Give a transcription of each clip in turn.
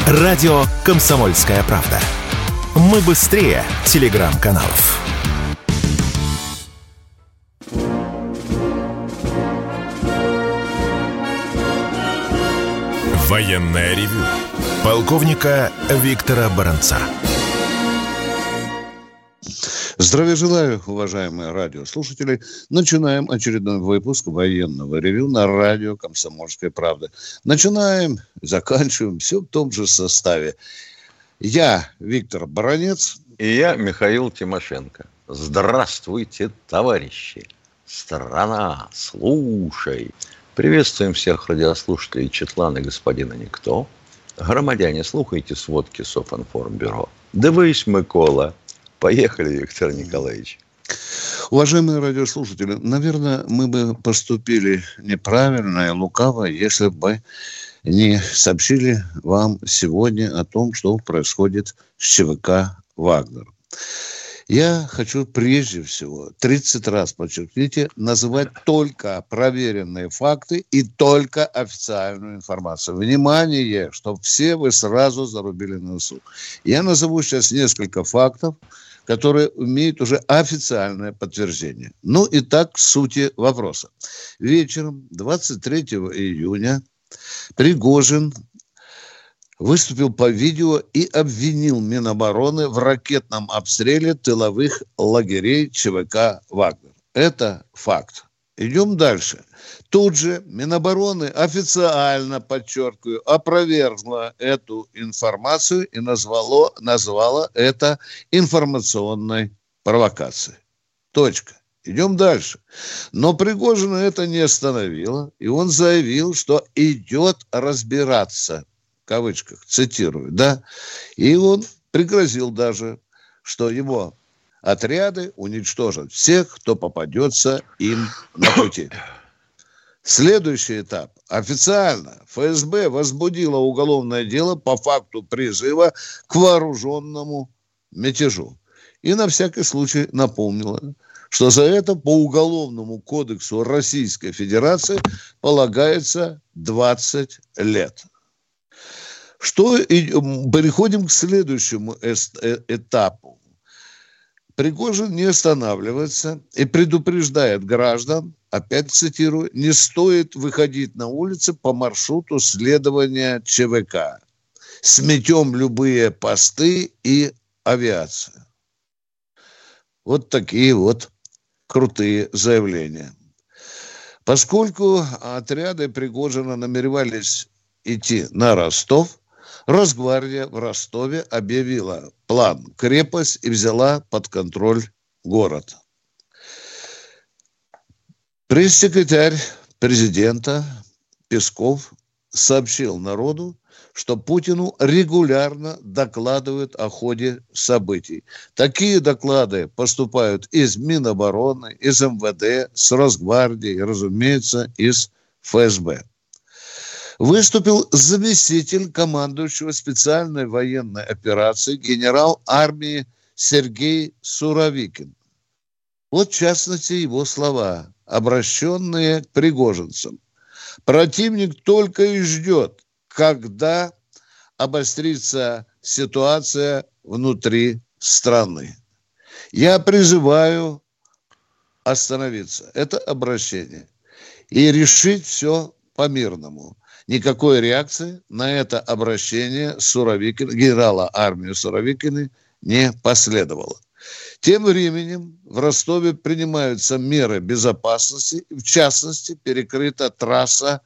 Радио «Комсомольская правда». Мы быстрее телеграм-каналов. Военное ревю полковника Виктора Баранца. Здравия желаю, уважаемые радиослушатели. Начинаем очередной выпуск военного ревю на радио «Комсомольская правда». Начинаем, заканчиваем все в том же составе. Я Виктор Баранец. И я Михаил Тимошенко. Здравствуйте, товарищи. Страна, слушай. Приветствуем всех радиослушателей Четлана господина Никто. Громадяне, слухайте сводки Софинформбюро. Дивись, Микола. Поехали, Виктор Николаевич. Уважаемые радиослушатели, наверное, мы бы поступили неправильно и лукаво, если бы не сообщили вам сегодня о том, что происходит с ЧВК «Вагнер». Я хочу прежде всего 30 раз, подчеркните, называть только проверенные факты и только официальную информацию. Внимание, чтобы все вы сразу зарубили на носу. Я назову сейчас несколько фактов, которые имеют уже официальное подтверждение. Ну и так к сути вопроса. Вечером 23 июня Пригожин выступил по видео и обвинил Минобороны в ракетном обстреле тыловых лагерей ЧВК «Вагнер». Это факт. Идем дальше. Тут же Минобороны официально, подчеркиваю, опровергла эту информацию и назвала это информационной провокацией. Точка. Идем дальше. Но Пригожина это не остановило, и он заявил, что идет разбираться, в кавычках, цитирую, да, и он пригрозил даже, что его отряды уничтожат всех, кто попадется им на пути. Следующий этап. Официально ФСБ возбудила уголовное дело по факту призыва к вооруженному мятежу. И на всякий случай напомнила, что за это по Уголовному кодексу Российской Федерации полагается 20 лет. Переходим к следующему этапу. Пригожин не останавливается и предупреждает граждан, опять цитирую, не стоит выходить на улицы по маршруту следования ЧВК. Сметем любые посты и авиацию. Вот такие вот крутые заявления. Поскольку отряды Пригожина намеревались идти на Ростов, Росгвардия в Ростове объявила план «Крепость» и взяла под контроль город. Пресс-секретарь президента Песков сообщил народу, что Путину регулярно докладывают о ходе событий. Такие доклады поступают из Минобороны, из МВД, с Росгвардии, разумеется, из ФСБ. Выступил заместитель командующего специальной военной операции генерал армии Сергей Суровикин. Вот, в частности, его слова, обращенные к пригожинцам. Противник только и ждет, когда обострится ситуация внутри страны. Я призываю остановиться. Это обращение. И решить все по-мирному. Никакой реакции на это обращение генерала армии Суровикина не последовало. Тем временем в Ростове принимаются меры безопасности. В частности, перекрыта трасса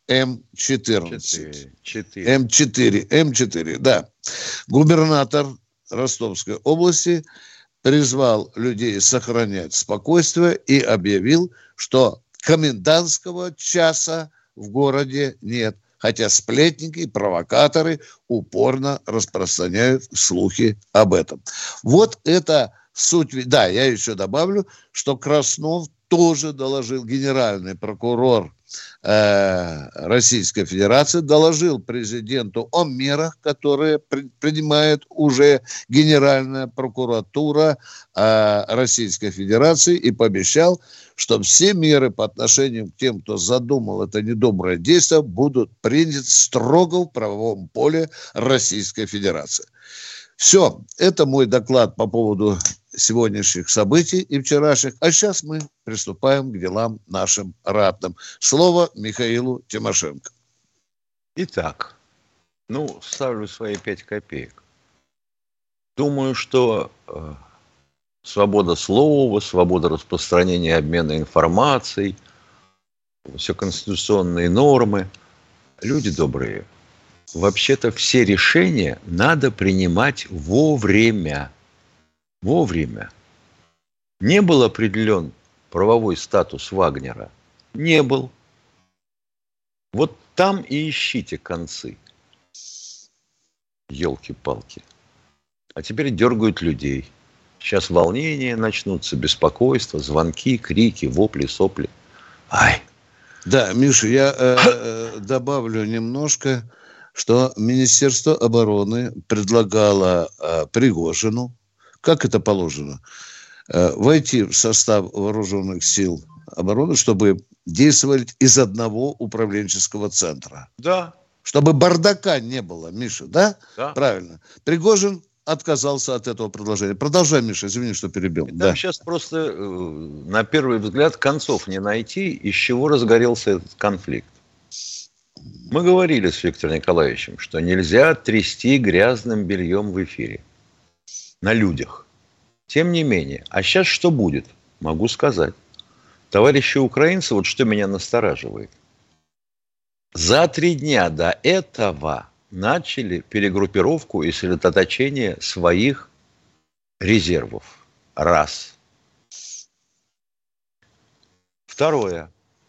М14. М4, да. Губернатор Ростовской области призвал людей сохранять спокойствие и объявил, что комендантского часа в городе нет, хотя сплетники и провокаторы упорно распространяют слухи об этом. Вот это суть. Да, я еще добавлю, что Краснов тоже доложил, генеральный прокурор Российской Федерации доложил президенту о мерах, которые принимает уже Генеральная прокуратура Российской Федерации, и пообещал, что все меры по отношению к тем, кто задумал это недоброе действие, будут приняты строго в правовом поле Российской Федерации. Все, это мой доклад по поводу сегодняшних событий и вчерашних. А сейчас мы приступаем к делам нашим ратным. Слово Михаилу Тимошенко. Итак, ставлю свои 5 копеек. Думаю, что свобода слова, свобода распространения и обмена информацией, все конституционные нормы. Люди добрые, вообще-то все решения надо принимать вовремя. Вовремя. Не был определен правовой статус Вагнера? Не был. Вот там и ищите концы. Елки-палки. А теперь дергают людей. Сейчас волнения начнутся, беспокойство, звонки, крики, вопли, сопли. Ай! Да, Миша, я добавлю немножко, что Министерство обороны предлагало Пригожину, как это положено, войти в состав вооруженных сил обороны, чтобы действовать из одного управленческого центра. Да. Чтобы бардака не было, Миша, да? Да. Правильно. Пригожин отказался от этого предложения. Продолжай, Миша, извини, что перебил. Там да. Сейчас просто, на первый взгляд, концов не найти, из чего разгорелся этот конфликт. Мы говорили с Виктором Николаевичем, что нельзя трясти грязным бельем в эфире. На людях. Тем не менее. А сейчас что будет? Могу сказать. Товарищи украинцы, вот что меня настораживает. За 3 дня до этого начали перегруппировку и сосредоточение своих резервов. Раз. Второе.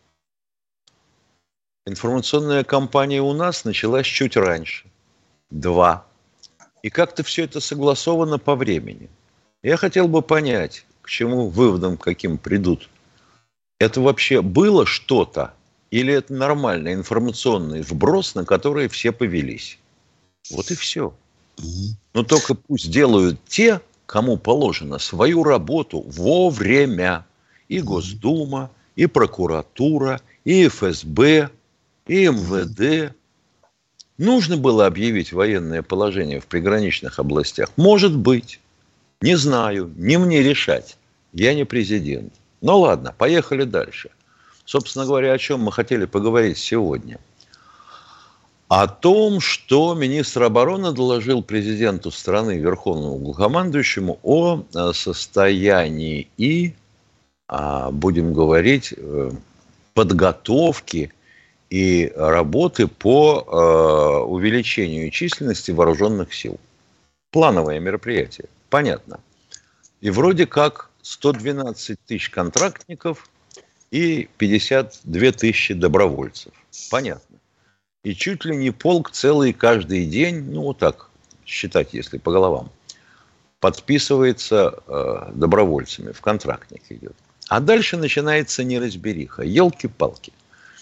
Информационная кампания у нас началась чуть раньше. 2. И как-то все это согласовано по времени. Я хотел бы понять, к чему выводам каким придут. Это вообще было что-то? Или это нормальный информационный вброс, на который все повелись? Вот и все. Но только пусть делают те, кому положено, свою работу вовремя. И Госдума, и прокуратура, и ФСБ, и МВД. Нужно было объявить военное положение в приграничных областях? Может быть. Не знаю, не мне решать. Я не президент. Ну ладно, поехали дальше. Собственно говоря, о чем мы хотели поговорить сегодня. О том, что министр обороны доложил президенту страны, верховному главнокомандующему, о состоянии и, будем говорить, подготовки и работы по увеличению численности вооруженных сил. Плановое мероприятие, понятно. И вроде как 112 тысяч контрактников и 52 тысячи добровольцев. Понятно. И чуть ли не полк целый каждый день, ну вот так считать, если по головам, подписывается добровольцами, в контрактник идет. А дальше начинается неразбериха. Елки-палки.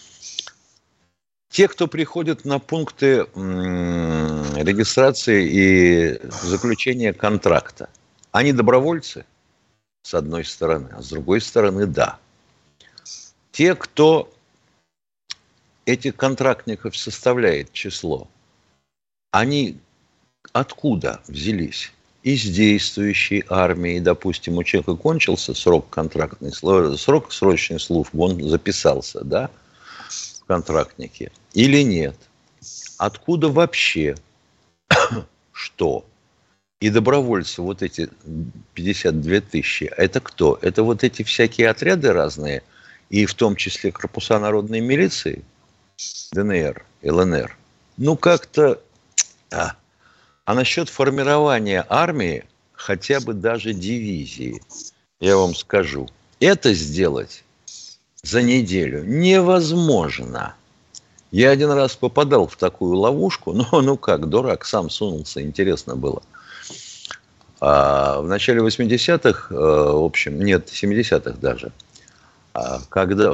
Те, кто приходит на пункты регистрации и заключения контракта, они добровольцы, с одной стороны, а с другой стороны, да. Те, кто этих контрактников составляет число, они откуда взялись? Из действующей армии, допустим, у человека кончился срок срочной службы, он записался, да, в контрактнике, или нет? Откуда вообще? Что? И добровольцы, вот эти 52 тысячи, это кто? Это вот эти всякие отряды разные, и в том числе корпуса народной милиции, ДНР, ЛНР. Ну, как-то... А насчет формирования армии, хотя бы даже дивизии, я вам скажу, это сделать за неделю невозможно. Я один раз попадал в такую ловушку, ну как, дурак, сам сунулся, интересно было. В начале 80-х, в общем, нет, 70-х даже, когда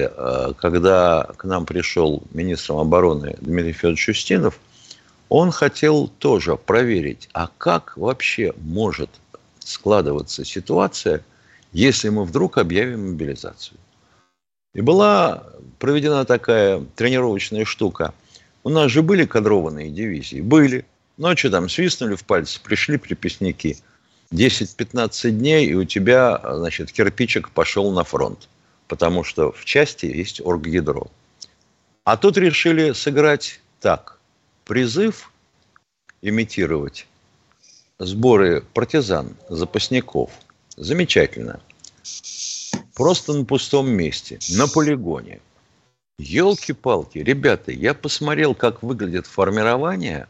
к нам пришел министром обороны Дмитрий Федорович Устинов, он хотел тоже проверить, а как вообще может складываться ситуация, если мы вдруг объявим мобилизацию. И была проведена такая тренировочная штука. У нас же были кадрованные дивизии? Были. Ночью там свистнули в пальцы, пришли приписники. 10-15 дней, и у тебя, значит, кирпичик пошел на фронт. Потому что в части есть оргядро. А тут решили сыграть так. Призыв имитировать сборы партизан, запасников. Замечательно. Просто на пустом месте, на полигоне. Ёлки-палки, ребята, я посмотрел, как выглядит формирование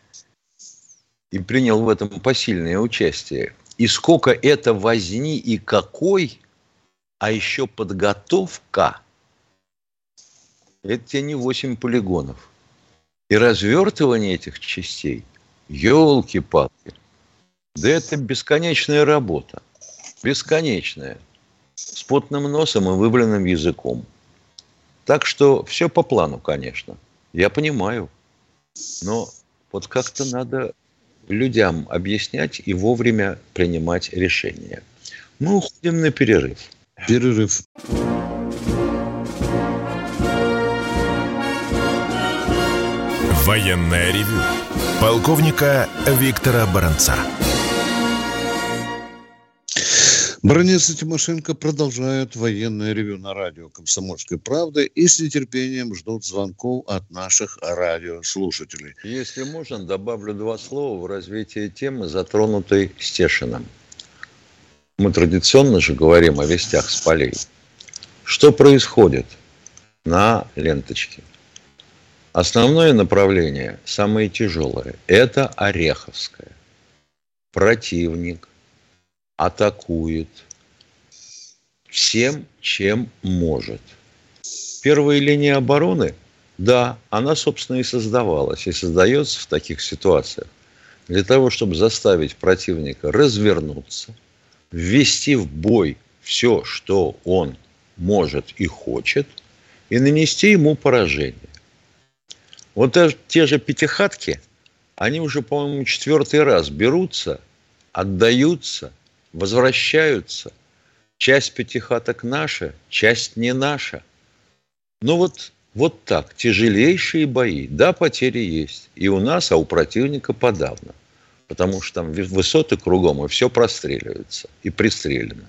и принял в этом посильное участие. И сколько это возни и какой, а еще подготовка. Это тебе не 8 полигонов. И развертывание этих частей, ёлки-палки, да это бесконечная работа. Бесконечная. С потным носом и выбранным языком. Так что все по плану, конечно. Я понимаю. Но вот как-то надо людям объяснять и вовремя принимать решения. Мы уходим на перерыв. Перерыв. Военное ревю полковника Виктора Баранца. Баранец и Тимошенко продолжают военное ревю на радио «Комсомольской правды» и с нетерпением ждут звонков от наших радиослушателей. Если можно, добавлю 2 слова в развитие темы, затронутой Стешиным. Мы традиционно же говорим о вестях с полей. Что происходит на ленточке? Основное направление, самое тяжелое, это Ореховское. Противник атакует всем, чем может. Первая линия обороны, да, она, собственно, и создавалась, и создается в таких ситуациях для того, чтобы заставить противника развернуться, ввести в бой все, что он может и хочет, и нанести ему поражение. Вот те же пятихатки, они уже, по-моему, 4-й раз берутся, отдаются, возвращаются. Часть пятихаток наша, часть не наша. Ну вот так, тяжелейшие бои. Да, потери есть. И у нас, а у противника подавно. Потому что там высоты кругом, и все простреливается. И пристрелено.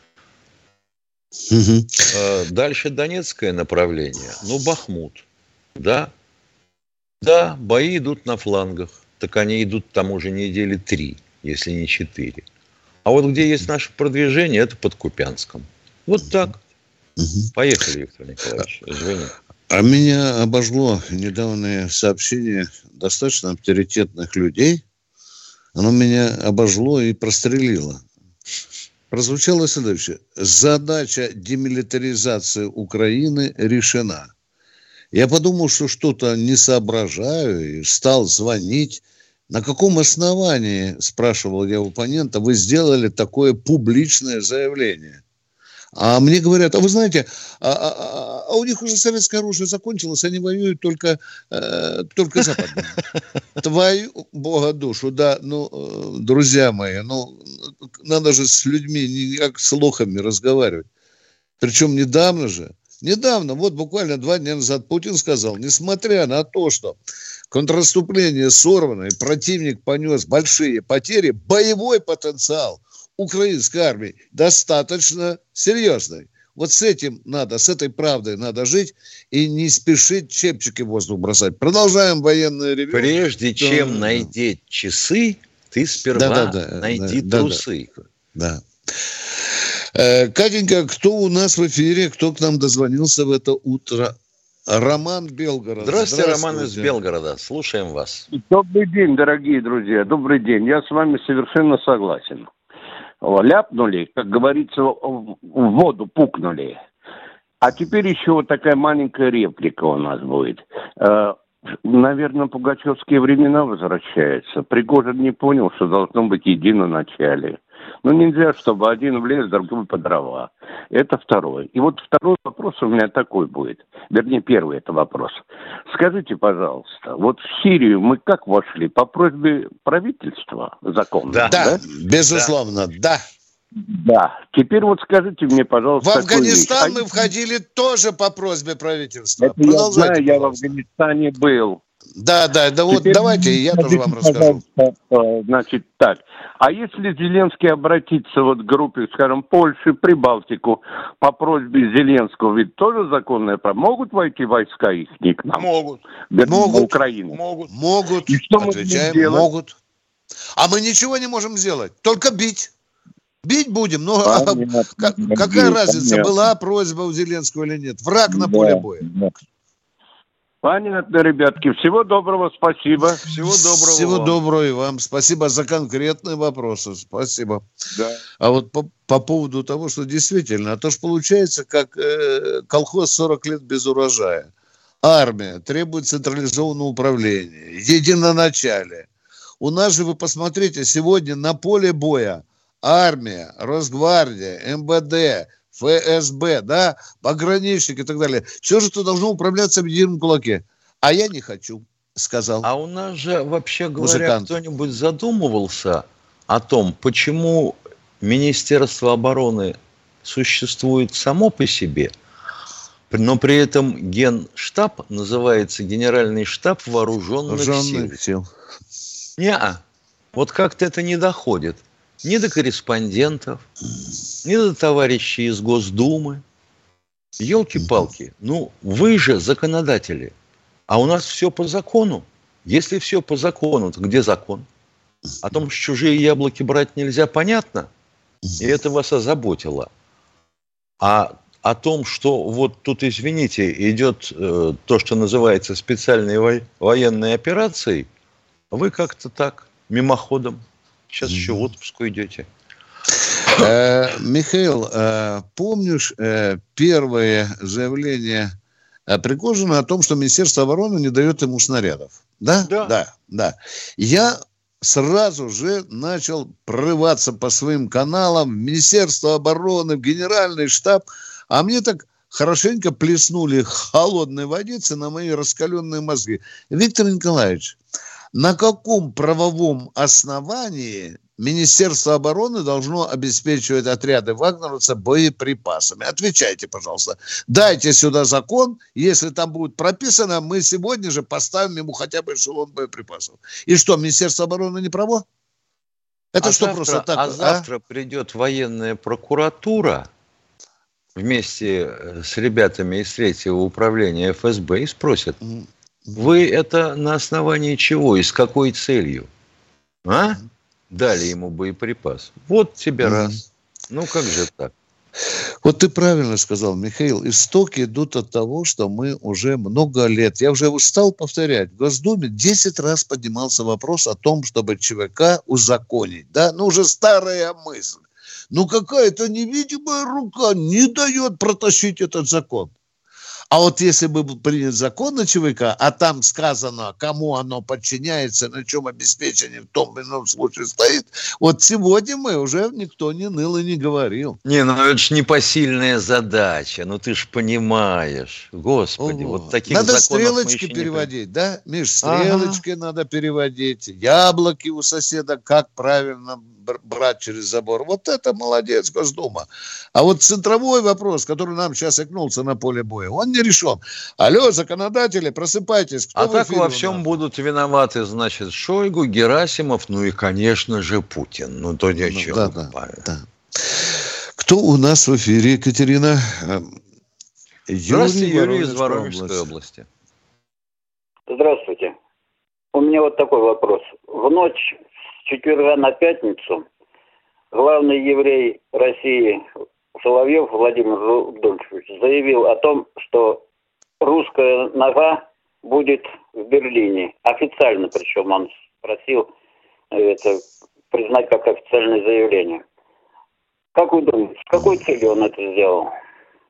Дальше Донецкое направление. Бахмут. Да, бои идут на флангах. Так они идут там уже недели 3, если не 4. А вот где есть наше продвижение, это под Купянском. Вот так. Поехали, Виктор Николаевич. Извини. А меня обожгло недавнее сообщение достаточно авторитетных людей. Оно меня обожгло и прострелило. Прозвучало следующее. Задача демилитаризации Украины решена. Я подумал, что что-то не соображаю, и стал звонить. На каком основании, спрашивал я у оппонента, вы сделали такое публичное заявление? А мне говорят, а вы знаете, у них уже советское оружие закончилось, они воюют только западным. Твою бога душу, да, друзья мои, надо же с людьми не как с лохами разговаривать. Причем недавно, вот буквально 2 дня назад Путин сказал, несмотря на то, что контрнаступление сорвано и противник понес большие потери, боевой потенциал украинской армии достаточно серьезный. Вот с этой правдой надо жить и не спешить чепчики в воздух бросать. Продолжаем военное ревью. Прежде чем найти часы, ты сперва найди трусы. Да. Катенька, кто у нас в эфире, кто к нам дозвонился в это утро? Роман Белгород. Здравствуйте, Роман из Белгорода. Слушаем вас. Добрый день, дорогие друзья. Добрый день. Я с вами совершенно согласен. Ляпнули, как говорится, в воду пукнули. А теперь еще вот такая маленькая реплика у нас будет. Наверное, пугачевские времена возвращаются. Пригожин не понял, что должно быть единоначалие. Ну, нельзя, чтобы один в лес, другой по дрова. Это второе. И вот второй вопрос у меня такой будет. Вернее, первый это вопрос. Скажите, пожалуйста, вот в Сирию мы как вошли? По просьбе правительства законно? Да. Да, безусловно, да. Да. Теперь вот скажите мне, пожалуйста, В такую вещь. Афганистан мы входили тоже по просьбе правительства. Это я Продолжайте, знаю, я в пожалуйста. Афганистане был. Да, вот Теперь давайте, я тоже вам расскажу. Значит, так. А если Зеленский обратится вот к группе, скажем, Польши, Прибалтику, по просьбе Зеленского, ведь тоже законное право, могут войти войска их к нам? Могут. Могут. В Украину. Могут, И что мы отвечаем, будем делать? могут. А мы ничего не можем сделать, только бить. Бить будем, но Понятно. какая разница, Понятно. была просьба у Зеленского или нет? Враг на поле боя. Да. Понятно, ребятки. Всего доброго, спасибо. Всего доброго. Всего вам. доброго и вам. Спасибо за конкретные вопросы. Спасибо. Да. А вот по поводу того, что действительно, а то ж получается, как колхоз 40 лет без урожая. Армия требует централизованного управления, единоначалия. У нас же, вы посмотрите, сегодня на поле боя армия, Росгвардия, МВД, ФСБ, да, пограничники и так далее. Все же это должно управляться в едином кулаке. А я не хочу, сказал. А у нас же, вообще говоря, Музыкант. кто-нибудь задумывался о том, почему Министерство обороны существует само по себе, но при этом Генштаб называется Генеральный штаб вооруженных сил? Не-а. Вот как-то это не доходит. Ни до корреспондентов, ни до товарищей из Госдумы. Елки-палки, ну вы же законодатели, а у нас все по закону. Если все по закону, то где закон? О том, что чужие яблоки брать нельзя, понятно, и это вас озаботило. А о том, что вот тут, извините, идет то, что называется специальной военной операцией, вы как-то так, мимоходом. Сейчас еще в отпуск идете. Михаил, помнишь первое заявление Пригожина о том, что Министерство обороны не дает ему снарядов? Да. Я сразу же начал прорываться по своим каналам в Министерство обороны, в Генеральный штаб, а мне так хорошенько плеснули холодной водицы на мои раскаленные мозги. Виктор Николаевич, на каком правовом основании Министерство обороны должно обеспечивать отряды вагнеровцев боеприпасами? Отвечайте, пожалуйста. Дайте сюда закон, если там будет прописано, мы сегодня же поставим ему хотя бы эшелон боеприпасов. И что, Министерство обороны не право? Это что, завтра, просто так? завтра придет военная прокуратура вместе с ребятами из третьего управления ФСБ и спросят: вы это на основании чего и с какой целью? Дали ему боеприпас. Вот тебе раз. Ну как же так? Вот ты правильно сказал, Михаил. Истоки идут от того, что мы уже много лет, я уже устал повторять, в Госдуме 10 раз поднимался вопрос о том, чтобы ЧВК узаконить. Да? Ну уже старая мысль. Ну какая-то невидимая рука не дает протащить этот закон. А вот если бы был принят закон на ЧВК, а там сказано, кому оно подчиняется, на чем обеспечение в том или ином случае стоит, вот сегодня мы уже никто не ныл и не говорил. Не, ну это ж непосильная задача, ну ты ж понимаешь. Господи, вот таких надо законов стрелочки переводить, да? Миш, стрелочки надо переводить, яблоки у соседа, как правильно брать через забор. Вот это молодец, Госдума. А вот центровой вопрос, который нам сейчас икнулся на поле боя, он не решен. Алло, законодатели, просыпайтесь. Кто так во всем будут виноваты, значит, Шойгу, Герасимов, ну и, конечно же, Путин. Ну, то ни о чем. Да. Кто у нас в эфире, Екатерина? Здравствуйте, Юрий из Воронежской области. Здравствуйте. У меня вот такой вопрос. В ночь с четверга на пятницу главный еврей России Соловьев Владимир Рудольфович заявил о том, что русская нога будет в Берлине. Официально, причем он просил это признать как официальное заявление. Как вы думаете, с какой целью он это сделал?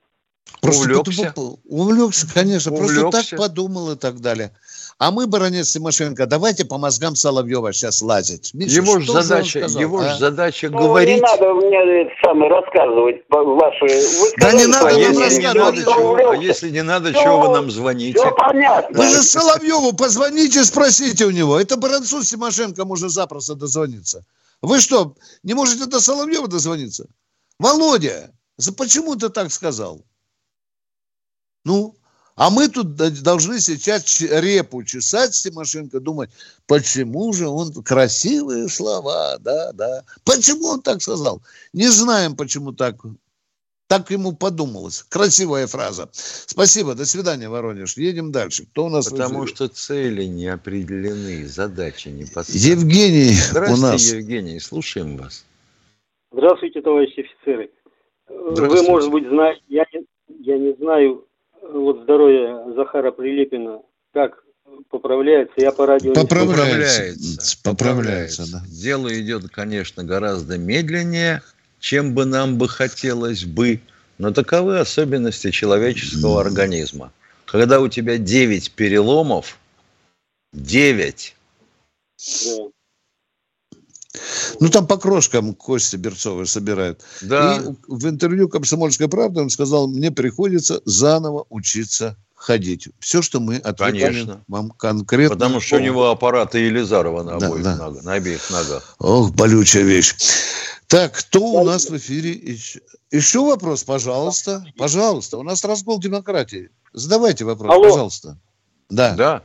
Увлекся, конечно. Увлекся. Просто так подумал и так далее. А мы, баронец Тимошенко, давайте по мозгам Соловьева сейчас лазить. Миша, Его же задача говорить. Не надо мне рассказывать ваши... Да не надо нам рассказывать. А если не надо, чего вы нам звоните? Все понятно. Вы же Соловьеву позвоните, спросите у него. Это баронцу Тимошенко можно запросто дозвониться. Вы что, не можете до Соловьева дозвониться? Володя, почему ты так сказал? Ну, а мы тут должны сейчас репу чесать с Тимошенко, думать, почему же он... Красивые слова, да. Почему он так сказал? Не знаем, почему так ему подумалось. Красивая фраза. Спасибо, до свидания, Воронеж. Едем дальше. Кто у нас? Потому что цели не определены, задачи не поставлены. Евгений у нас. Здравствуйте, Евгений, слушаем вас. Здравствуйте, товарищи офицеры. Вы, может быть, знаете, я не знаю, вот здоровье Захара Прилепина как поправляется, я по радио... Поправляется, да. Дело идет, конечно, гораздо медленнее, чем бы нам бы хотелось бы, но таковы особенности человеческого организма. Когда у тебя 9 переломов, 9... Да. Ну, там по крошкам кости берцовые собирают. Да. И в интервью «Комсомольской правды» он сказал, мне приходится заново учиться ходить. Все, что мы ответили вам конкретно. Потому что у него аппараты Елизарова на обеих ногах. Ох, болючая вещь. Так, кто у нас в эфире? Еще вопрос, пожалуйста. Пожалуйста. У нас разгул демократии. Задавайте вопрос, пожалуйста. Да.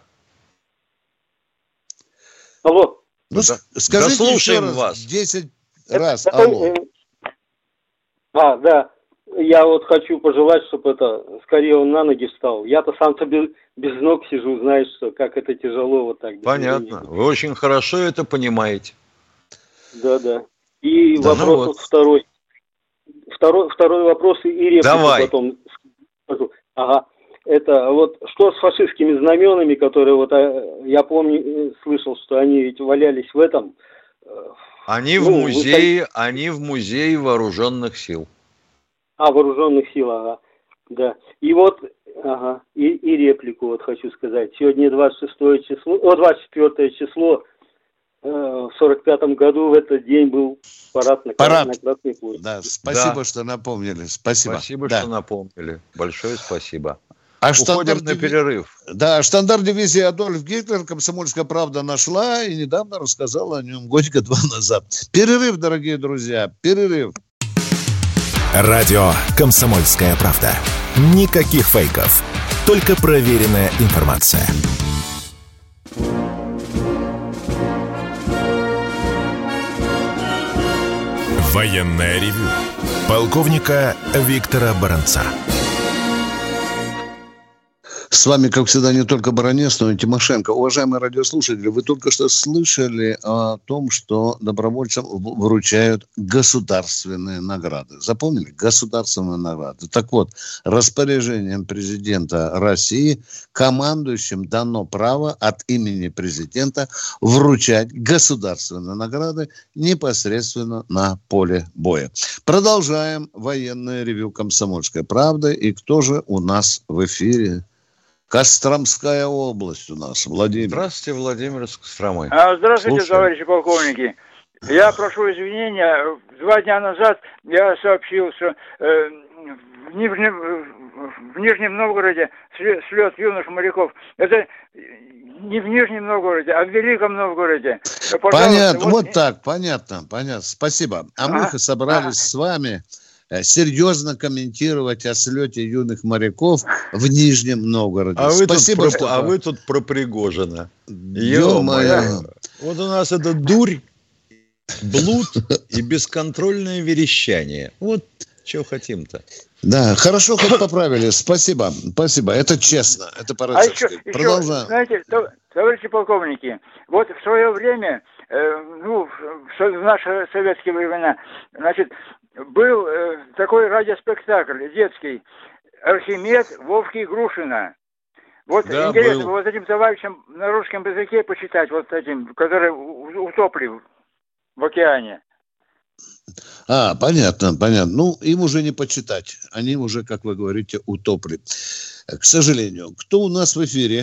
Алло. Ну, скажите еще раз, вас. 10 раз. Алло. Да. Я вот хочу пожелать, чтобы скорее он на ноги встал. Я-то сам-то без ног сижу, знаешь, что как это тяжело вот так. Понятно. Вы очень хорошо это понимаете. Да. И вопрос вот второй. Второй вопрос и реплику потом скажу. Ага. Это вот что с фашистскими знаменами, которые вот я помню, слышал, что они ведь валялись в этом. Они в музее вооруженных сил. Вооруженных сил, ага. Да. И вот, и реплику вот хочу сказать. Сегодня 24 число. В 45-м году в этот день был парад на Красной площади. Да, спасибо, что напомнили. Спасибо, что напомнили. Большое спасибо. Уходим на перерыв. Да, штандарт дивизии Адольф Гитлер «Комсомольская правда» нашла и недавно рассказала о нем годика 2 назад. Перерыв, дорогие друзья, перерыв. Радио «Комсомольская правда». Никаких фейков, только проверенная информация. Военное ревю полковника Виктора Баранца. С вами, как всегда, не только баронец, но и Тимошенко. Уважаемые радиослушатели, вы только что слышали о том, что добровольцам вручают государственные награды. Запомнили? Государственные награды. Так вот, распоряжением президента России командующим дано право от имени президента вручать государственные награды непосредственно на поле боя. Продолжаем военное ревью «Комсомольской правды». И кто же у нас в эфире? Костромская область у нас. Владимир. Здравствуйте, Владимир из Костромы. Здравствуйте, товарищи полковники. Я прошу извинения. 2 дня назад я сообщил, что в Нижнем Новгороде слет юных моряков. Это не в Нижнем Новгороде, а в Великом Новгороде. Понятно, вот так, понятно. Спасибо. Мы собрались с вами серьезно комментировать о слете юных моряков в Нижнем Новгороде. Вы тут про Пригожина. Ё-моё. Вот у нас это дурь, блуд и бесконтрольное верещание. Вот чего хотим-то. Да, хорошо, хоть поправили. Спасибо. Это честно. Это по-рыцарски. Продолжаем. Знаете, товарищи полковники, вот в свое время, в наши советские времена, значит, был такой радиоспектакль детский «Архимед» Вовки Грушина. Вот интересно вот этим товарищам на русском языке почитать, вот этим, которые утопли в океане. Понятно. Ну, им уже не почитать. Они уже, как вы говорите, утопли. К сожалению. Кто у нас в эфире?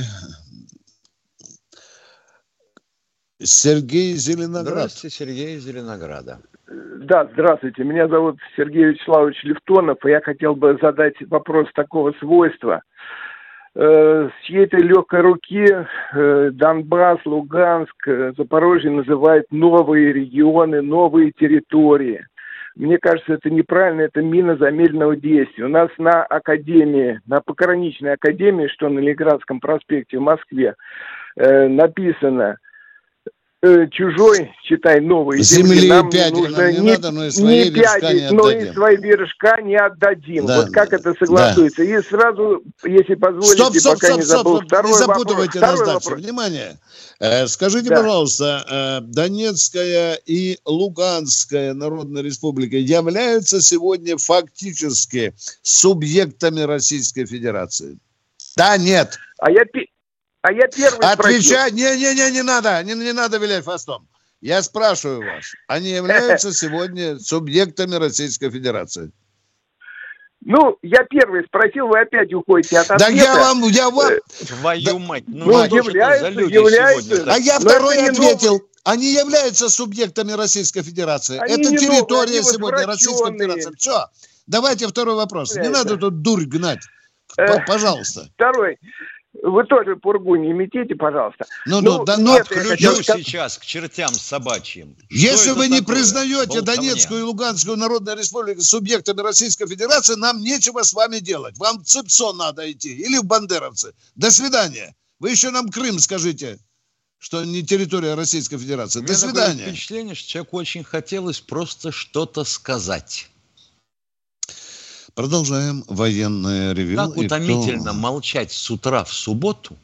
Сергей Зеленоград. Здравствуйте, Сергей из Зеленограда. Да, здравствуйте. Меня зовут Сергей Вячеславович Левтонов, и я хотел бы задать вопрос такого свойства. С чьей-то легкой руки Донбасс, Луганск, Запорожье называют новые регионы, новые территории. Мне кажется, это неправильно, это мина замедленного действия. У нас на академии, на пограничной академии, что на Ленинградском проспекте в Москве, написано: чужой, читай, новой земли нам не нужно не надо, но и свои бережка не отдадим. Но и свои бережка не отдадим. Да, вот как это согласуется? Да. И сразу, если позволите, пока не забыл, второй вопрос. Не запутывайте нас дальше. Внимание. Скажите, пожалуйста, Донецкая и Луганская Народная Республика являются сегодня фактически субъектами Российской Федерации? Да, нет. А я первый Отвечай, не надо, не надо вилять хвостом. Я спрашиваю вас, они являются сегодня субъектами Российской Федерации? Ну, я первый спросил, вы опять уходите от ответа. Да я вам... Твою мать, являются. А я второй ответил. Они являются субъектами Российской Федерации. Это территория сегодня Российской Федерации. Все, давайте второй вопрос. Не надо тут дурь гнать. Пожалуйста. Второй. Вы тоже пургу не метите, пожалуйста. Отключу сейчас к чертям собачьим. Если вы не признаете Донецкую и Луганскую Народную Республику субъектами Российской Федерации, нам нечего с вами делать. Вам в ЦИПСО надо идти или в бандеровцы. До свидания. Вы еще нам Крым скажите, что не территория Российской Федерации. До свидания. Такое впечатление, что человеку очень хотелось просто что-то сказать. Продолжаем военное ревью. Как утомительно молчать с утра в субботу.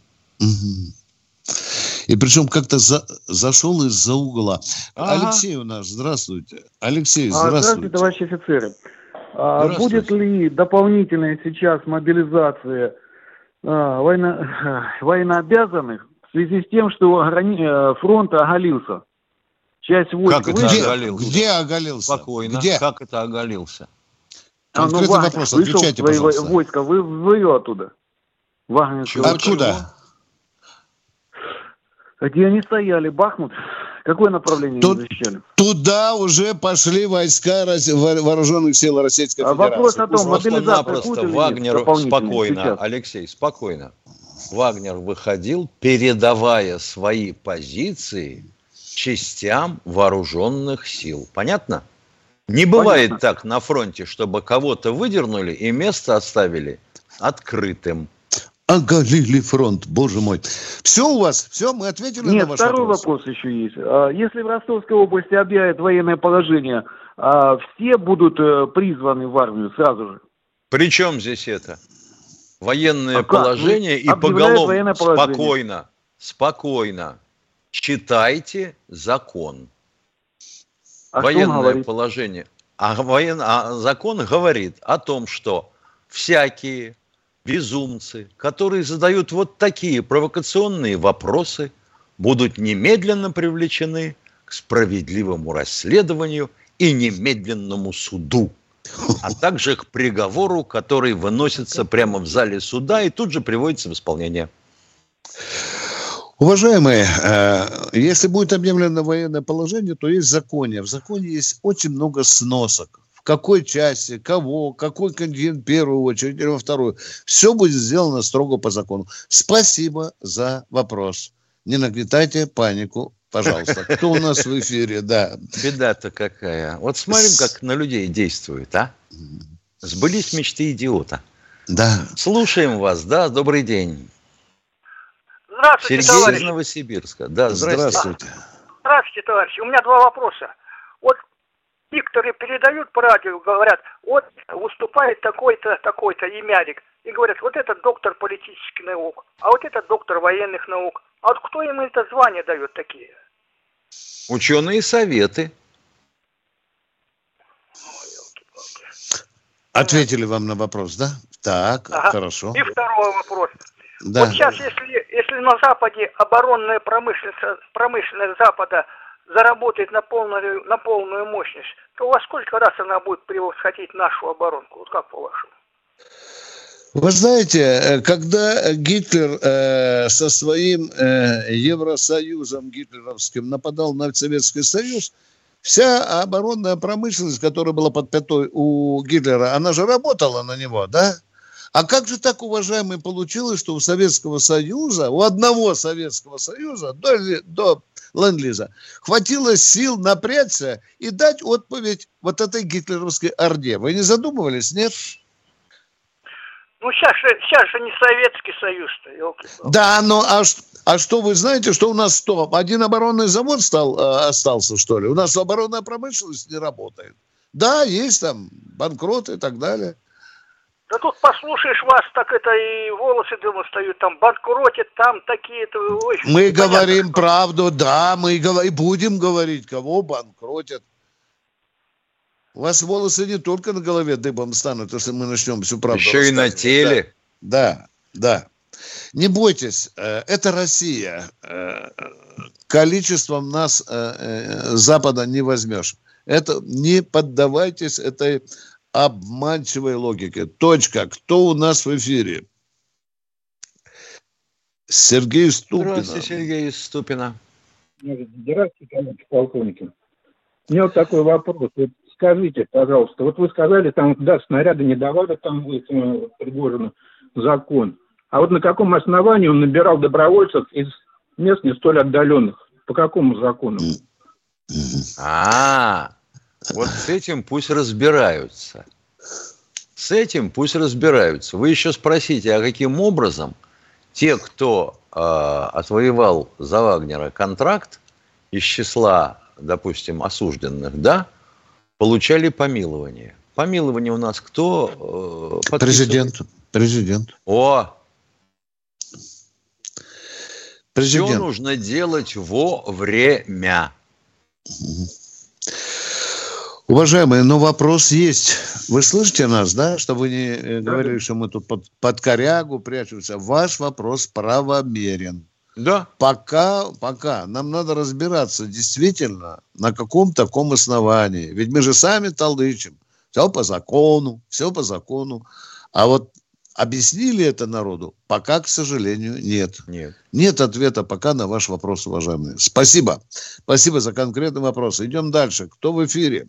И причем как-то зашел из-за угла. Алексей у нас, здравствуйте. Алексей, здравствуйте. Здравствуйте, товарищи офицеры. Будет ли дополнительная сейчас мобилизация военнообязанных в связи с тем, что фронт оголился? Часть войск как это оголился? Где оголился? Спокойно. Где? Как это оголился? Конкретный вопрос, отвечайте, пожалуйста. Войска вывел оттуда. Откуда? Где они стояли? Бахмут? Какое направление они защищали? Туда уже пошли войска вооруженных сил Российской Федерации. Вопрос о том, мобилизация Вагнер, спокойно, сейчас. Алексей, спокойно. Вагнер выходил, передавая свои позиции частям вооруженных сил. Понятно? Не бывает так на фронте, чтобы кого-то выдернули и место оставили открытым. Оголили фронт, боже мой. Все у вас? Все, мы ответили на ваш вопрос? Нет, второй вопрос еще есть. Если в Ростовской области объявят военное положение, все будут призваны в армию сразу же? При чем здесь это? Военное положение и поголовно. Спокойно. Читайте закон. Военное положение. Закон говорит о том, что всякие безумцы, которые задают вот такие провокационные вопросы, будут немедленно привлечены к справедливому расследованию и немедленному суду, а также к приговору, который выносится прямо в зале суда и тут же приводится в исполнение. Уважаемые, если будет объявлено военное положение, то есть законе. В законе есть очень много сносок. В какой части, кого, какой контингент в первую очередь или во вторую. Все будет сделано строго по закону. Спасибо за вопрос. Не нагнетайте панику, пожалуйста. Кто у нас в эфире? Да. Беда-то какая. Вот смотрим, как на людей действует, а? Сбылись мечты идиота. Да. Слушаем вас, да? Добрый день. Здравствуйте, Сергей товарищ. из Новосибирска. Да, здравствуйте. Здравствуйте, товарищи. У меня два вопроса. Вот дикторы передают по радио, говорят, вот выступает такой-то, такой-то Емярик. И говорят, вот это доктор политических наук, а вот это доктор военных наук. А вот кто им это звание дает такие? Ученые советы. Ответили вам на вопрос, да? Так, хорошо. И второй вопрос. Да. Вот сейчас, если на Западе оборонная промышленность Запада заработает на полную мощность, то во сколько раз она будет превосходить нашу оборонку? Вот как по-вашему? Вы знаете, когда Гитлер со своим Евросоюзом гитлеровским нападал на Советский Союз, вся оборонная промышленность, которая была под пятой у Гитлера, она же работала на него, да? А как же так, уважаемый, получилось, что у Советского Союза, у одного Советского Союза до Ленд-лиза хватило сил напрячься и дать отповедь вот этой гитлеровской орде? Вы не задумывались, нет? Ну, сейчас же не Советский Союз-то, елки-палки. Да, ну, а что, вы знаете, что у нас один оборонный завод остался, что ли? У нас оборонная промышленность не работает. Да, есть там банкроты и так далее. Да тут послушаешь вас, так это и волосы дымом встают, там банкротят, там такие-то... Мы говорим правду, да, мы будем говорить, кого банкротят. У вас волосы не только на голове дыбом станут, если мы начнем всю правду еще и на теле. Да. Не бойтесь, это Россия. Количеством нас Запада не возьмешь. Не поддавайтесь этой обманчивой логике. Точка. Кто у нас в эфире? Сергей Ступина. Здравствуйте, Сергей из Ступина. Здравствуйте, товарищ полковники. У меня вот такой вопрос. Скажите, пожалуйста, вот вы сказали, там, да, снаряды не давали, там предложен закон. А вот на каком основании он набирал добровольцев из мест не столь отдаленных? По какому закону? Вот с этим пусть разбираются. Вы еще спросите, а каким образом те, кто отвоевал за Вагнера контракт из числа, допустим, осужденных, да, получали помилование. Помилование у нас кто подписывает? Президент. Все нужно делать вовремя. Уважаемые, но вопрос есть. Вы слышите нас, да? Чтобы вы не говорили, что мы тут под корягу прячемся. Ваш вопрос правомерен. Да. Пока нам надо разбираться действительно, на каком таком основании. Ведь мы же сами толдычим. Все по закону. А вот объяснили это народу? Пока, к сожалению, нет. Нет ответа пока на ваш вопрос, уважаемые. Спасибо. Спасибо за конкретный вопрос. Идем дальше. Кто в эфире?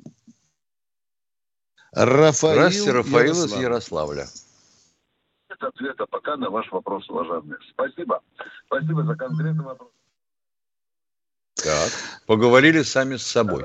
Рафаил из Ярославля. Нет ответа пока на ваш вопрос, уважаемые. Спасибо. Спасибо за конкретный вопрос. Так, поговорили сами с собой.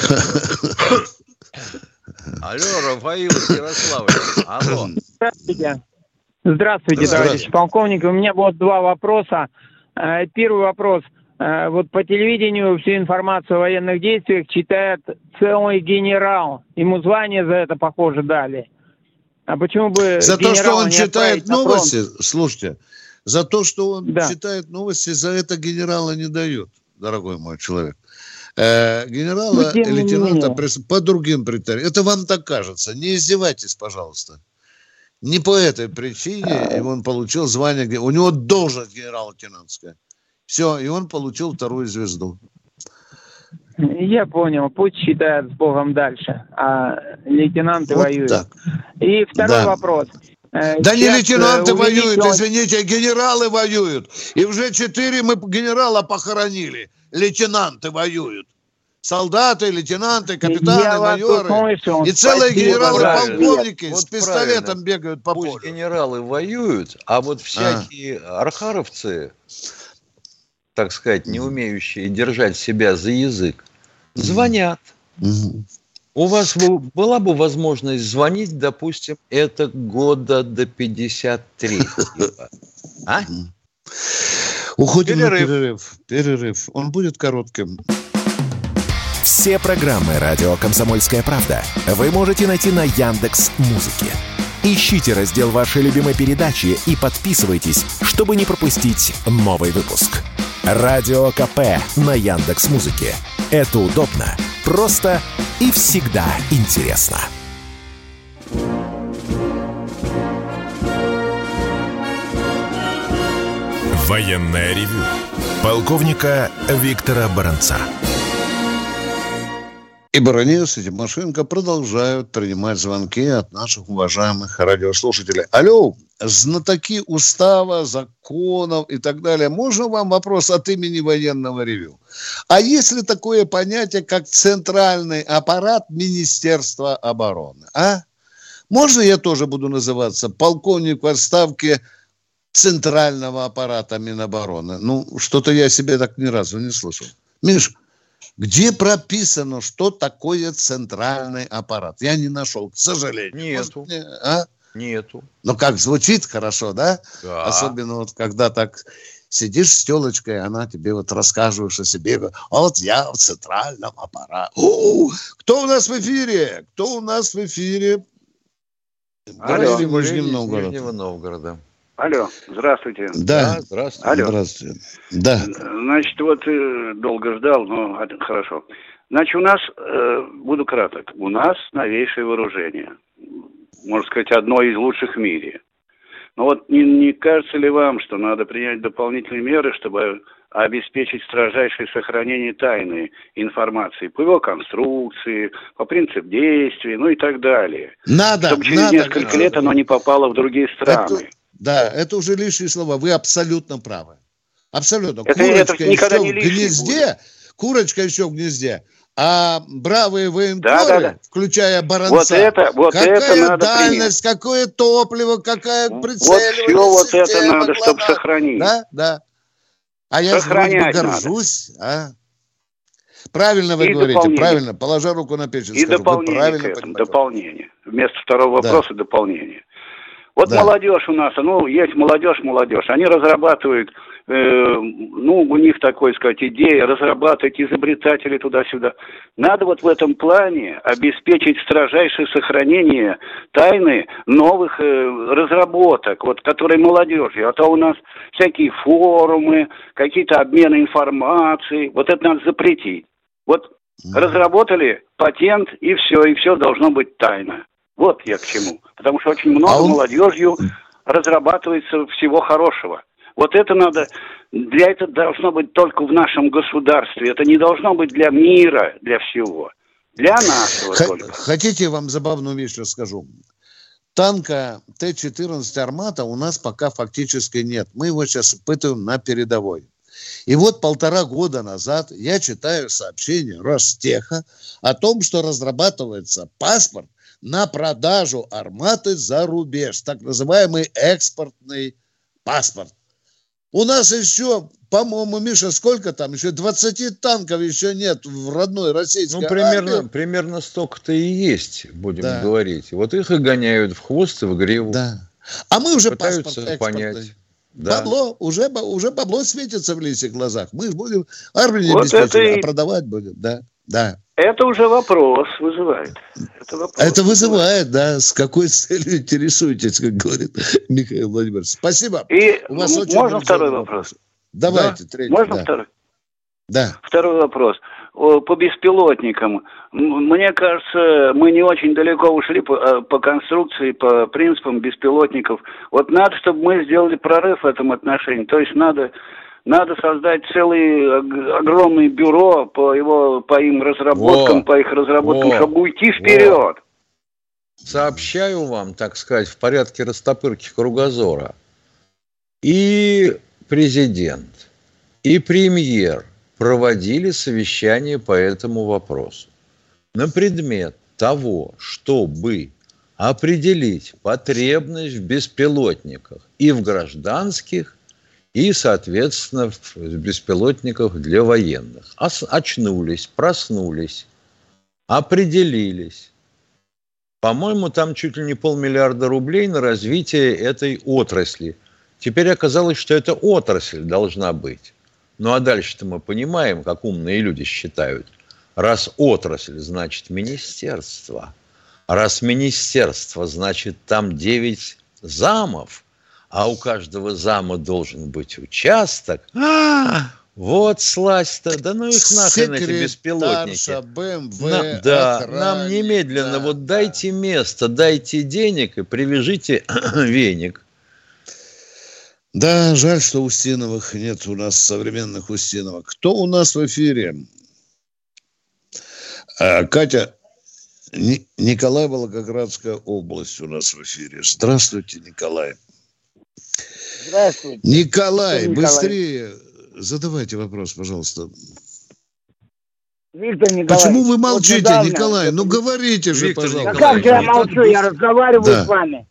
Алло, Рафаил из Ярославля. Алло. Здравствуйте, товарищ полковник. У меня вот два вопроса. Первый вопрос. Вот по телевидению всю информацию о военных действиях читает целый генерал. Ему звание за это, похоже, дали. А почему бы за то, что он читает новости, фронт? Слушайте, за то, что он читает новости, за это генерала не дают, дорогой мой человек. Генерала, лейтенанта по другим критериям. Это вам так кажется. Не издевайтесь, пожалуйста. Не по этой причине он получил звание. У него должность генерал-лейтенантская. Все, и он получил вторую звезду. Я понял. Пусть считает с Богом дальше. А лейтенанты вот воюют. Так. И второй вопрос. Да не лейтенанты воюют, извините, генералы воюют. И уже 4 мы генерала похоронили. Лейтенанты воюют. Солдаты, лейтенанты, капитаны, майоры. И целые генералы-полковники с пистолетом бегают по полю. Пусть генералы воюют, а вот всякие архаровцы, так сказать, не умеющие держать себя за язык, звонят. У вас была бы возможность звонить, допустим, это года до 53-го. А? Уходим на перерыв. Он будет коротким. Все программы «Радио Комсомольская правда» вы можете найти на Яндекс.Музыке. Ищите раздел вашей любимой передачи и подписывайтесь, чтобы не пропустить новый выпуск. Радио КП на Яндекс.Музыке. Это удобно, просто и всегда интересно. Военное ревю полковника Виктора Баранца. И Баранец, и Тимошенко продолжают принимать звонки от наших уважаемых радиослушателей. Алло, знатоки устава, законов и так далее. Можно вам вопрос от имени военного ревю? А есть ли такое понятие, как центральный аппарат Министерства обороны? А? Можно я тоже буду называться полковник в отставке центрального аппарата Минобороны? Ну, что-то я себе так ни разу не слышал. Миш, где прописано, что такое центральный аппарат? Я не нашел, к сожалению. Нету. Может, а? Нету. Ну, как звучит хорошо, да? Да. Особенно вот когда так сидишь с телочкой, она тебе вот рассказываешь о себе. А вот я в центральном аппарате. Кто у нас в эфире? Кто у нас в эфире? Алло. Нижнего Новгорода. Алло, здравствуйте. Да, здравствуйте. Алло. Здравствуйте. Да. Значит, вот долго ждал, но хорошо. Значит, у нас, буду краток, у нас новейшее вооружение. Можно сказать, одно из лучших в мире. Но вот не кажется ли вам, что надо принять дополнительные меры, чтобы обеспечить строжайшее сохранение тайны информации по его конструкции, по принципу действий, ну и так далее? Надо. Чтобы через несколько лет оно не попало в другие страны. Это уже лишние слова. Вы абсолютно правы. Абсолютно. Курочка еще в гнезде, а бравые военкоры, включая Баранца, какая дальность, какое топливо, какая прицеливание. Вот все это надо, чтобы сохранить. Да. А я вроде бы горжусь. Правильно вы говорите, правильно, положа руку на печень. И дополнение. Вместо второго вопроса дополнение. Вот молодежь у нас, есть молодежь, они разрабатывают, у них такой, сказать, идея разрабатывать изобретатели туда-сюда. Надо вот в этом плане обеспечить строжайшее сохранение тайны новых разработок, вот, которые молодежью. А то у нас всякие форумы, какие-то обмены информацией, вот это надо запретить. Вот разработали патент, и все должно быть тайно. Вот я к чему. Потому что очень много молодежью разрабатывается всего хорошего. Вот это надо, для этого должно быть только в нашем государстве. Это не должно быть для мира, для всего. Для нашего только. Хотите, я вам забавную вещь расскажу? Танка Т-14 «Армата» у нас пока фактически нет. Мы его сейчас испытываем на передовой. И вот 1,5 года назад я читаю сообщение Ростеха о том, что разрабатывается паспорт на продажу «Арматы» за рубеж. Так называемый экспортный паспорт. У нас еще, по-моему, Миша, сколько там? Еще 20 танков еще нет в родной российской армии. Примерно столько-то и есть, будем говорить. Вот их и гоняют в хвост и в гриву. Да. А мы уже пытаются паспорт экспортный. Понять. Да. Бабло, уже бабло светится в лисьих глазах. Мы будем армию не обеспечивать, а продавать будем. Да. Это уже вопрос вызывает. Это вызывает, да. С какой целью интересуетесь, как говорит Михаил Владимирович. Спасибо. И у вас можно второй вопрос? Давайте, третий. Можно второй? Да. Второй вопрос. По беспилотникам. Мне кажется, мы не очень далеко ушли по конструкции, по принципам беспилотников. Вот надо, чтобы мы сделали прорыв в этом отношении. То есть надо создать целое огромное бюро по им разработкам, чтобы уйти вперед. Сообщаю вам, так сказать, в порядке растопырки кругозора. И президент, и премьер проводили совещание по этому вопросу на предмет того, чтобы определить потребность в беспилотниках и в гражданских, и, соответственно, в беспилотниках для военных. Очнулись, проснулись, определились. По-моему, там чуть ли не 500 миллиарда рублей на развитие этой отрасли. Теперь оказалось, что эта отрасль должна быть. Ну а дальше-то мы понимаем, как умные люди считают. Раз отрасль, значит министерство. Раз министерство, значит там 9 замов. А у каждого зама должен быть участок. Вот слазь-то, да ну их нахрен эти беспилотники. БМВ, нам немедленно дайте место, дайте денег и привяжите веник. Да, жаль, что Устиновых нет у нас, современных Устиновых. Кто у нас в эфире? Катя, Николай, Волгоградская область у нас в эфире. Здравствуйте, Николай. Здравствуйте. Николай, быстрее задавайте вопрос, пожалуйста. Виктор Николаевич. Почему вы молчите, вот Николай? Ну говорите же, Виктор, пожалуйста. Да как же я молчу? Я разговариваю с вами.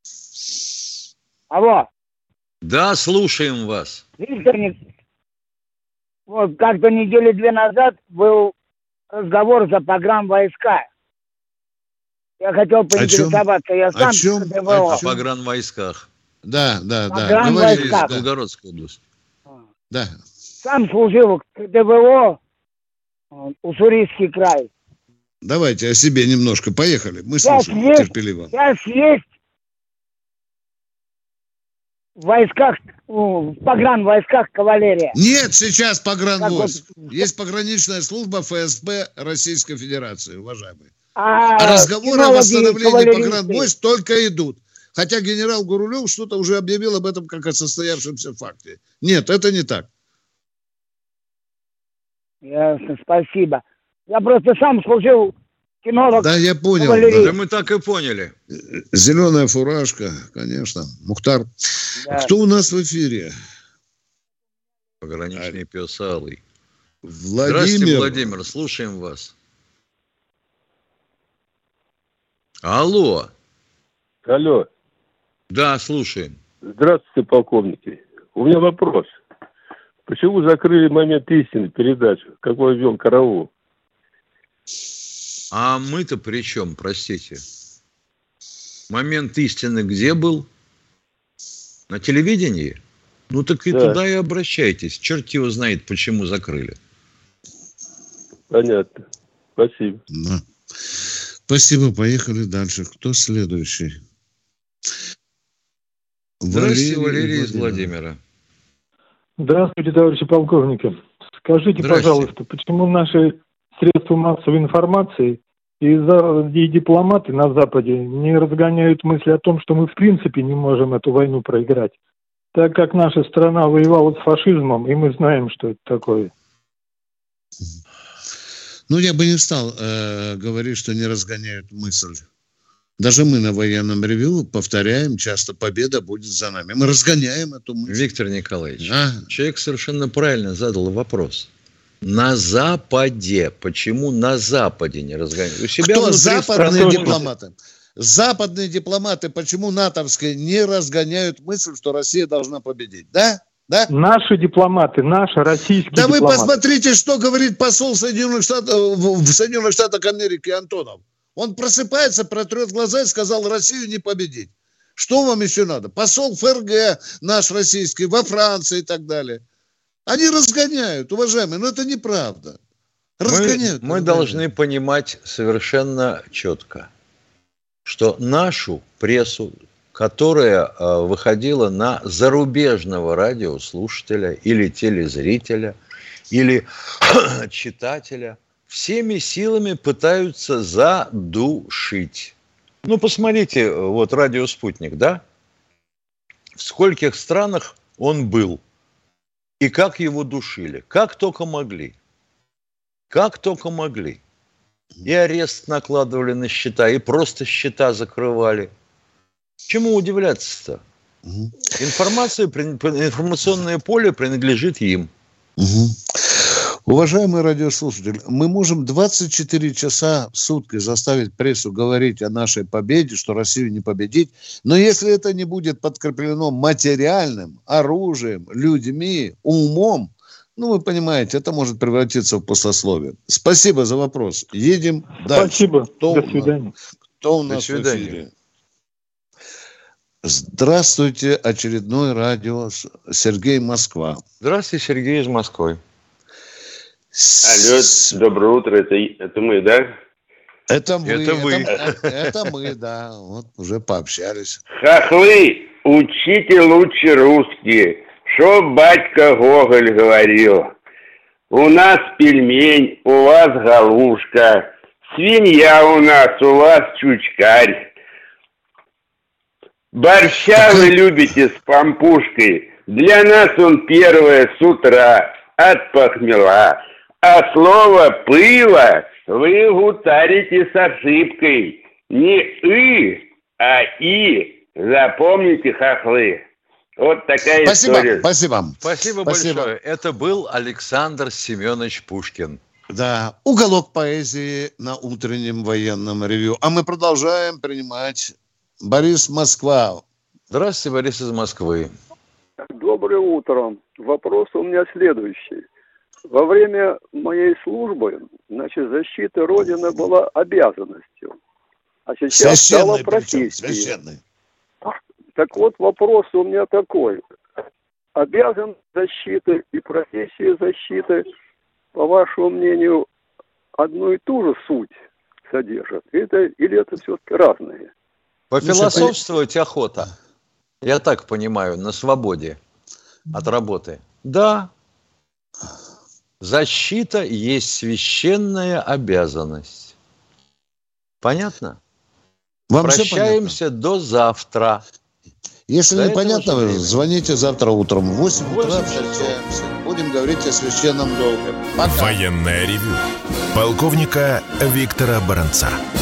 Алло. Да, слушаем вас. Виктор Николаевич, вот как-то недели 2 назад был разговор за погранвойска. Я хотел поинтересоваться. Я сам КДВО. О погранвойсках. Да. Погранвойсках. Белгородская область. Да. Сам служил в КДВО, Уссурийский край. Давайте о себе немножко. Поехали. Мы слушаем терпеливо. Сейчас есть в войсках, в погранвойсках кавалерия. Нет сейчас погранвойск. Есть пограничная служба ФСБ Российской Федерации, уважаемые. А разговоры о восстановлении погранвойск только идут. Хотя генерал Гурулев что-то уже объявил об этом как о состоявшемся факте. Нет, это не так. Ясно, спасибо. Я просто сам служил кинолог. Да, я понял. Да мы так и поняли. Зеленая фуражка, конечно. Мухтар. Да. Кто у нас в эфире? Пограничный пес Алый. Владимир. Здравствуйте, Владимир, слушаем вас. Алло. Алло. Да, слушаем. Здравствуйте, полковники. У меня вопрос. Почему закрыли «Момент истины» передачу? Какой ввел караул? А мы-то при чем, простите? «Момент истины» где был? На телевидении? Ну так и туда и обращайтесь. Черт его знает, почему закрыли. Понятно. Спасибо. Да. Спасибо. Поехали дальше. Кто следующий? Здравствуйте, Валерий из Владимира. Здравствуйте, товарищи полковники. Скажите, пожалуйста, почему наши средства массовой информации и дипломаты на Западе не разгоняют мысли о том, что мы в принципе не можем эту войну проиграть, так как наша страна воевала с фашизмом, и мы знаем, что это такое. Ну, я бы не стал говорить, что не разгоняют мысль. Даже мы на военном ревью повторяем часто: победа будет за нами. Мы разгоняем эту мысль. Виктор Николаевич, человек совершенно правильно задал вопрос. На Западе. Почему на Западе не разгоняют? У себя кто западные дипломаты? Западные дипломаты почему натовские не разгоняют мысль, что Россия должна победить? Да? Да? Наши дипломаты, наши российские дипломаты. Да вы посмотрите, что говорит посол Соединенных Штатов, в Соединенных Штатах Америки Антонов. Он просыпается, протрет глаза и сказал: Россию не победить. Что вам еще надо? Посол ФРГ наш российский, во Франции и так далее. Они разгоняют, уважаемые, но это неправда. Разгоняют. Мы должны понимать совершенно четко, что нашу прессу, которая выходила на зарубежного радиослушателя или телезрителя, или читателя, всеми силами пытаются задушить. Ну, посмотрите, вот радио «Спутник», да? В скольких странах он был? И как его душили? Как только могли. Как только могли. И арест накладывали на счета, и просто счета закрывали. Чему удивляться-то? Информационное поле принадлежит им. Уважаемые радиослушатели, мы можем 24 часа в сутки заставить прессу говорить о нашей победе, что Россию не победить, но если это не будет подкреплено материальным, оружием, людьми, умом, ну, вы понимаете, это может превратиться в пустословие. Спасибо за вопрос. Едем дальше. Спасибо. До свидания. Кто у нас в эфире? Здравствуйте, очередное радио. Сергей, Москва. Здравствуйте, Сергей из Москвы. Алло, доброе утро, это мы, да? Это мы, да, вот уже пообщались. Хохлы, учите лучше русские, что батька Гоголь говорил. У нас пельмень, у вас галушка, свинья у нас, у вас чучкарь. Борща вы любите с пампушкой, для нас он первое с утра от похмела. А слово «пыло» Вы гутарите с ошибкой. Не «ы», а «и». Запомните, хохлы. Вот такая история. Спасибо большое. Это был Александр Семенович Пушкин. Да, уголок поэзии на утреннем военном ревью. А мы продолжаем принимать. Борис, Москва. Здравствуйте, Борис из Москвы. Доброе утро. Вопрос у меня следующий. Во время моей службы, значит, защита Родины была обязанностью, а сейчас стала профессией. Так вот, вопрос у меня такой. Обязан защиты и профессия защиты, по вашему мнению, одну и ту же суть содержат? Или это все-таки разные? Пофилософствовать охота, я так понимаю, на свободе от работы. Да, защита есть священная обязанность. Понятно? Вам прощаемся до завтра. Если непонятно, звоните завтра утром. В 8 утра встречаемся. Будем говорить о священном долге. Пока. Военное ревю полковника Виктора Баранца.